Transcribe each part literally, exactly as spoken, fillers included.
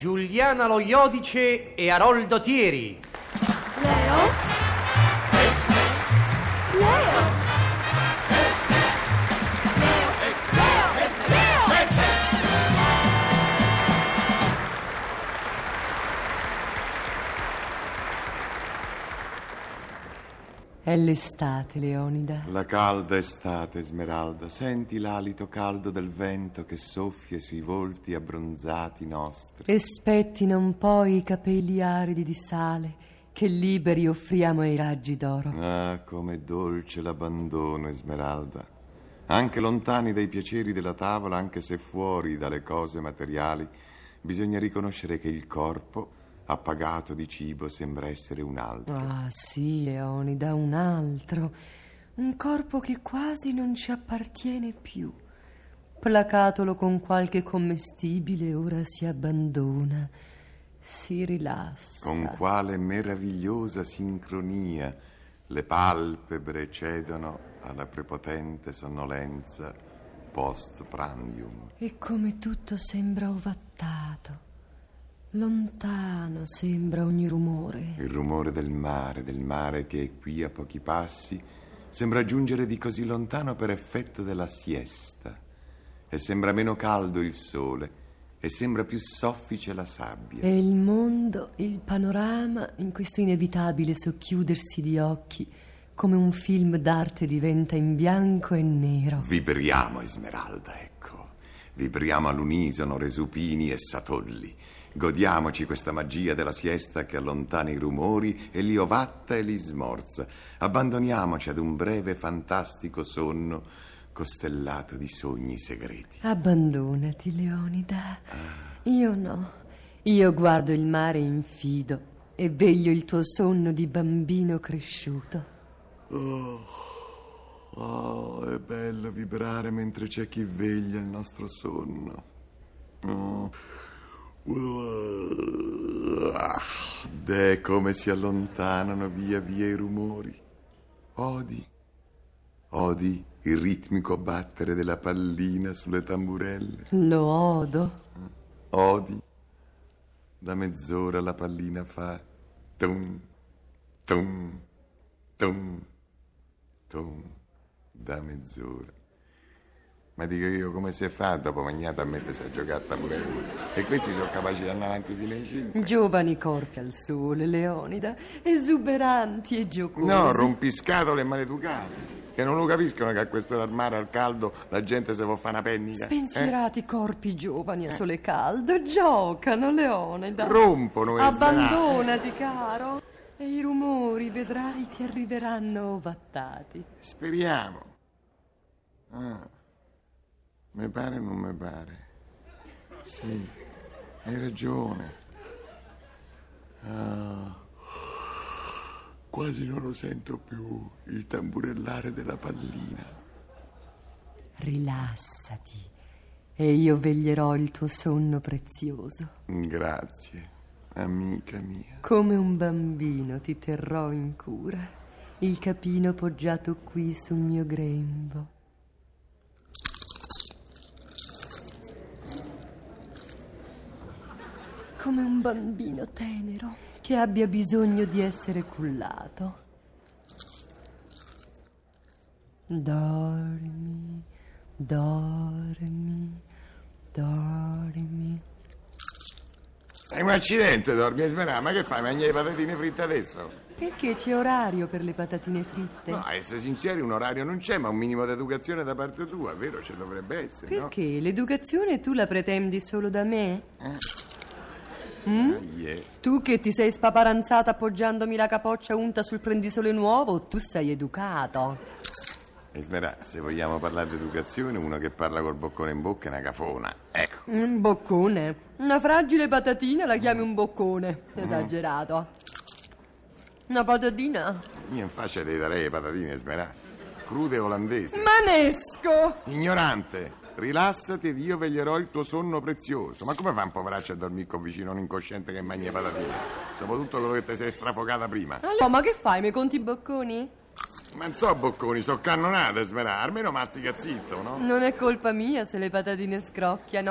Giuliana Lo Iodice e Aroldo Thieri. Leo? Leo? È l'estate, Leonida. La calda estate, Esmeralda. Senti l'alito caldo del vento che soffia sui volti abbronzati nostri. E spettina un po' i capelli aridi di sale che liberi offriamo ai raggi d'oro. Ah, com'è dolce l'abbandono, Esmeralda. Anche lontani dai piaceri della tavola, anche se fuori dalle cose materiali, bisogna riconoscere che il corpo appagato di cibo sembra essere un altro. Ah, sì, Leonida, un altro. Un corpo che quasi non ci appartiene più. Placatolo con qualche commestibile, ora si abbandona, si rilassa. Con quale meravigliosa sincronia le palpebre cedono alla prepotente sonnolenza post prandium. E come tutto sembra ovattato. Lontano sembra ogni rumore. Il rumore del mare, del mare che è qui a pochi passi, sembra giungere di così lontano per effetto della siesta. E sembra meno caldo il sole, e sembra più soffice la sabbia. E il mondo, il panorama, in questo inevitabile socchiudersi di occhi, come un film d'arte diventa in bianco e nero. Vibriamo, Esmeralda, ecco. Vibriamo all'unisono, Resupini e Satolli. Godiamoci questa magia della siesta che allontana i rumori e li ovatta e li smorza. Abbandoniamoci ad un breve fantastico sonno costellato di sogni segreti. Abbandonati, Leonida. Io no. Io guardo il mare in fido e veglio il tuo sonno di bambino cresciuto. Oh, oh, è bello vibrare mentre c'è chi veglia il nostro sonno. Oh. Deh, come si allontanano via via i rumori. Odi, odi il ritmico battere della pallina sulle tamburelle. Lo odo. Odi, da mezz'ora la pallina fa tum, tum, tum, tum, da mezz'ora. Ma dico io, come si fa dopo magnato a mettersi a giocare a tamburello? E questi sono capaci di andare avanti fino ai cinque. Giovani corpi al sole, Leonida, esuberanti e giocosi. No, rompiscatole e maleducati, che non lo capiscono che a quest'ora al mare, al caldo, la gente se può fare una pennica. Spensierati eh? corpi giovani a sole caldo, giocano, Leonida. Rompono, Abbandonati, caro, e i rumori, vedrai, ti arriveranno ovattati. Speriamo. Ah. Me pare o non me pare? Sì, hai ragione. Ah, quasi non lo sento più, il tamburellare della pallina. Rilassati e io veglierò il tuo sonno prezioso. Grazie, amica mia. Come un bambino ti terrò in cura, il capino poggiato qui sul mio grembo. Come un bambino tenero che abbia bisogno di essere cullato. Dormi, dormi, dormi. È un accidente, dormi, Esmeralda. Ma che fai? Mangi le patatine fritte adesso? Perché c'è orario per le patatine fritte? No, a essere sinceri, un orario non c'è, ma un minimo di educazione da parte tua, vero? Ci dovrebbe essere, Perché? no? L'educazione tu la pretendi solo da me? Eh? Mm? Ah, yeah. Tu che ti sei spaparanzata appoggiandomi la capoccia unta sul prendisole nuovo, tu sei educato. Esmeralda, se vogliamo parlare di educazione, uno che parla col boccone in bocca è una cafona. Ecco. Un boccone? Una fragile patatina la chiami un boccone. Esagerato. Una patatina? Io in faccia ti darei le patatine, Esmeralda. Crude olandesi. Manesco! Ignorante, rilassati ed io veglierò il tuo sonno prezioso. Ma come fa un poveraccio a dormire con vicino un incosciente che mangia patatine? Dopo tutto quello che ti sei strafocata prima. Allora, ma che fai? Mi conti i bocconi? Ma non so bocconi, so cannonate, Esmeralda. Almeno mastica zitto, no? Non è colpa mia se le patatine scrocchiano.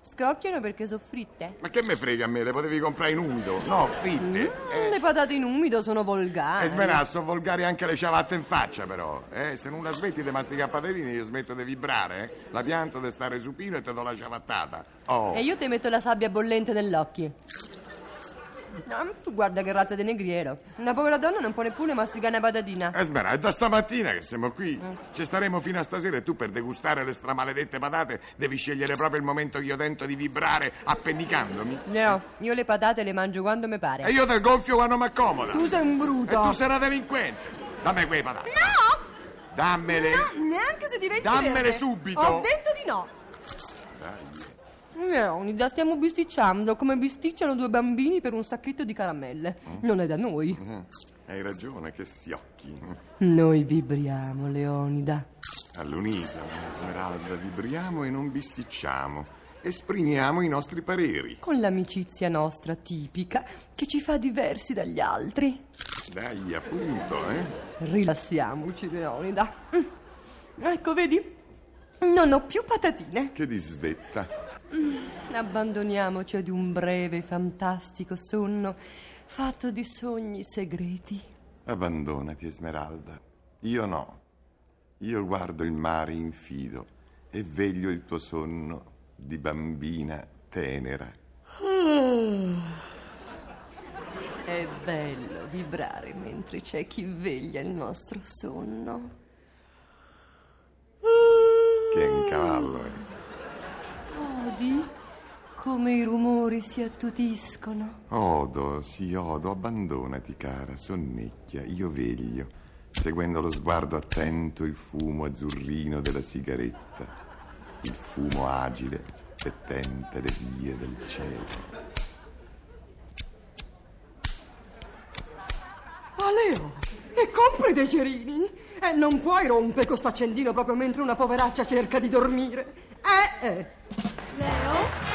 Scrocchiano perché sono fritte. Ma che me frega a me? Le potevi comprare in umido? No, fritte. Mm, Eh. Le patate in umido sono volgari. E smerà, sono volgari anche le ciabatte in faccia, però. Eh, se non la smetti di masticare patatine, io smetto di vibrare, eh. La pianto di stare supino e te do la ciabattata. Oh. E io ti metto la sabbia bollente nell'occhio. No, tu guarda che razza di negriero. Una povera donna non può neppure masticare una patatina. Eh, smerà, è da stamattina che siamo qui. Ci staremo fino a stasera e tu per degustare le stramaledette patate devi scegliere proprio il momento che io tento di vibrare appennicandomi. No, io le patate le mangio quando mi pare. E io te gonfio quando mi accomoda. Tu sei un E bruto. tu sei una delinquente. Dammi quei patate. No! Dammele. No, neanche se diventi Dammele verde. subito. Ho detto di no. Dai. Leonida, stiamo bisticciando come bisticciano due bambini per un sacchetto di caramelle. Non è da noi. Hai ragione, che siocchi. Noi vibriamo, Leonida. All'unisono, Smeralda, vibriamo e non bisticciamo. Esprimiamo i nostri pareri. Con l'amicizia nostra tipica che ci fa diversi dagli altri. Dai, appunto, eh. Rilassiamoci, Leonida. Mm. Ecco, vedi? Non ho più patatine. Che disdetta. Mm. Abbandoniamoci ad un breve, fantastico sonno fatto di sogni segreti. Abbandonati, Esmeralda. Io no. Io guardo il mare infido e veglio il tuo sonno di bambina tenera. È bello vibrare mentre c'è chi veglia il nostro sonno. Che è un cavallo, eh. Odi come i rumori si attutiscono. Odo, sì, odo, abbandonati, cara, sonnecchia, io veglio, seguendo lo sguardo attento il fumo azzurrino della sigaretta, il fumo agile che tenta le vie del cielo. Ah, Leo, e compri dei cerini? E non puoi rompere questo accendino proprio mentre una poveraccia cerca di dormire. Eh, eh. Leo?